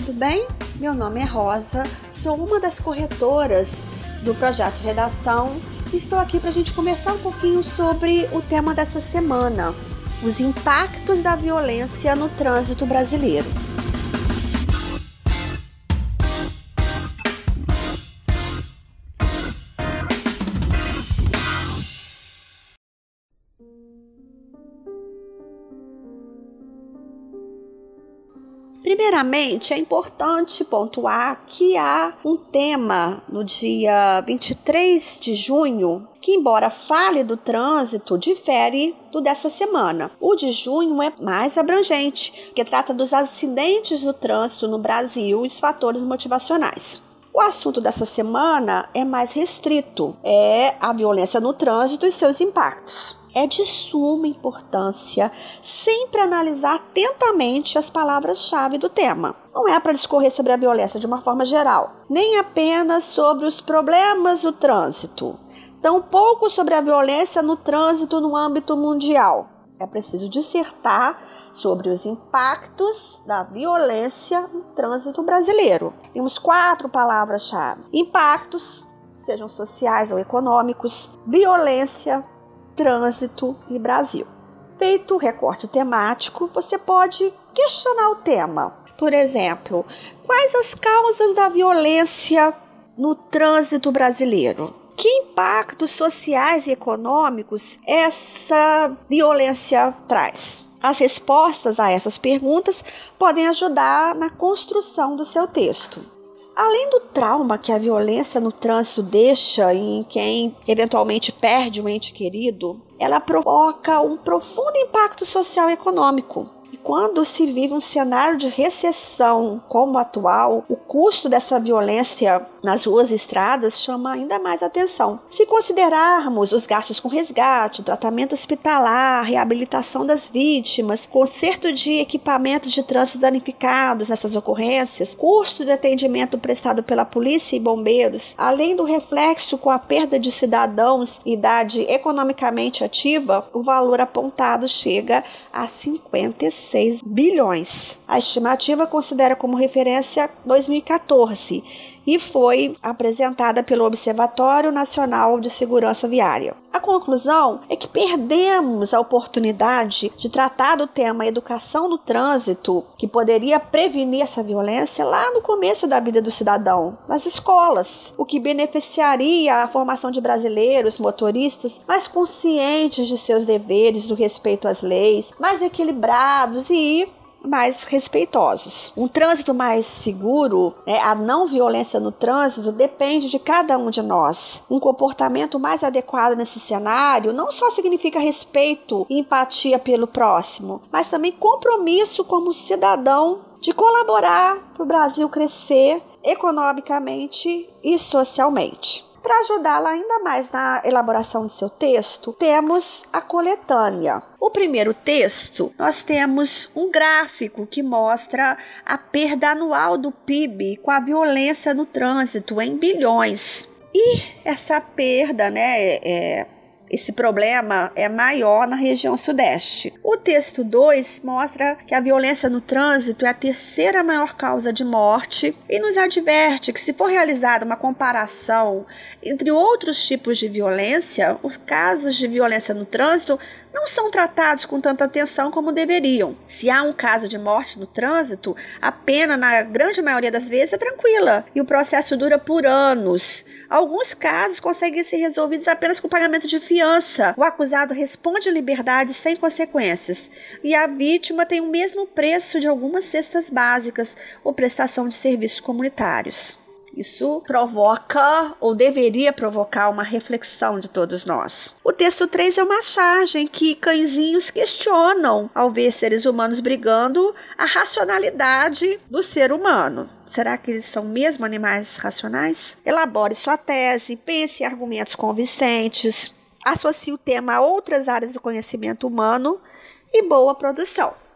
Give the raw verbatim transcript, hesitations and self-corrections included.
tudo bem? Meu nome é Rosa, sou uma das corretoras do Projeto Redação e estou aqui para a gente conversar um pouquinho sobre o tema dessa semana, os impactos da violência no trânsito brasileiro. Primeiramente, é importante pontuar que há um tema no dia vinte e três de junho que, embora fale do trânsito, difere do dessa semana. O de junho é mais abrangente, porque trata dos acidentes do trânsito no Brasil e os fatores motivacionais. O assunto dessa semana é mais restrito, é a violência no trânsito e seus impactos. É de suma importância sempre analisar atentamente as palavras-chave do tema. Não é para discorrer sobre a violência de uma forma geral, nem apenas sobre os problemas do trânsito, tampouco sobre a violência no trânsito no âmbito mundial. É preciso dissertar sobre os impactos da violência no trânsito brasileiro. Temos quatro palavras-chave: impactos, sejam sociais ou econômicos, violência, trânsito e Brasil. Feito o recorte temático, você pode questionar o tema. Por exemplo, quais as causas da violência no trânsito brasileiro? Que impactos sociais e econômicos essa violência traz? As respostas a essas perguntas podem ajudar na construção do seu texto. Além do trauma que a violência no trânsito deixa em quem eventualmente perde um ente querido, ela provoca um profundo impacto social e econômico. E quando se vive um cenário de recessão como o atual, o custo dessa violência nas ruas e estradas chama ainda mais atenção. Se considerarmos os gastos com resgate, tratamento hospitalar, reabilitação das vítimas, conserto de equipamentos de trânsito danificados nessas ocorrências, custo de atendimento prestado pela polícia e bombeiros, além do reflexo com a perda de cidadãos e idade economicamente ativa, o valor apontado chega a cinquenta e seis bilhões. A estimativa considera como referência dois mil e quatorze e foi apresentada pelo Observatório Nacional de Segurança Viária. A conclusão é que perdemos a oportunidade de tratar do tema educação no trânsito, que poderia prevenir essa violência lá no começo da vida do cidadão, nas escolas, o que beneficiaria a formação de brasileiros, motoristas, mais conscientes de seus deveres, do respeito às leis, mais equilibrados e mais respeitosos. Um trânsito mais seguro, né, a não violência no trânsito depende de cada um de nós. Um comportamento mais adequado nesse cenário não só significa respeito e empatia pelo próximo, mas também compromisso como cidadão de colaborar para o Brasil crescer economicamente e socialmente. Para ajudá-la ainda mais na elaboração do seu texto, temos a coletânea. O primeiro texto, nós temos um gráfico que mostra a perda anual do P I B com a violência no trânsito em bilhões. E essa perda, né, é... esse problema é maior na região sudeste. O texto dois mostra que a violência no trânsito é a terceira maior causa de morte e nos adverte que, se for realizada uma comparação entre outros tipos de violência, os casos de violência no trânsito não são tratados com tanta atenção como deveriam. Se há um caso de morte no trânsito, a pena, na grande maioria das vezes, é tranquila e o processo dura por anos. Alguns casos conseguem ser resolvidos apenas com pagamento de fiança. O acusado responde à liberdade sem consequências e a vítima tem o mesmo preço de algumas cestas básicas ou prestação de serviços comunitários. Isso provoca, ou deveria provocar, uma reflexão de todos nós. O texto três é uma charge em que cãezinhos questionam, ao ver seres humanos brigando, a racionalidade do ser humano. Será que eles são mesmo animais racionais? Elabore sua tese, pense em argumentos convincentes, associe o tema a outras áreas do conhecimento humano e boa produção.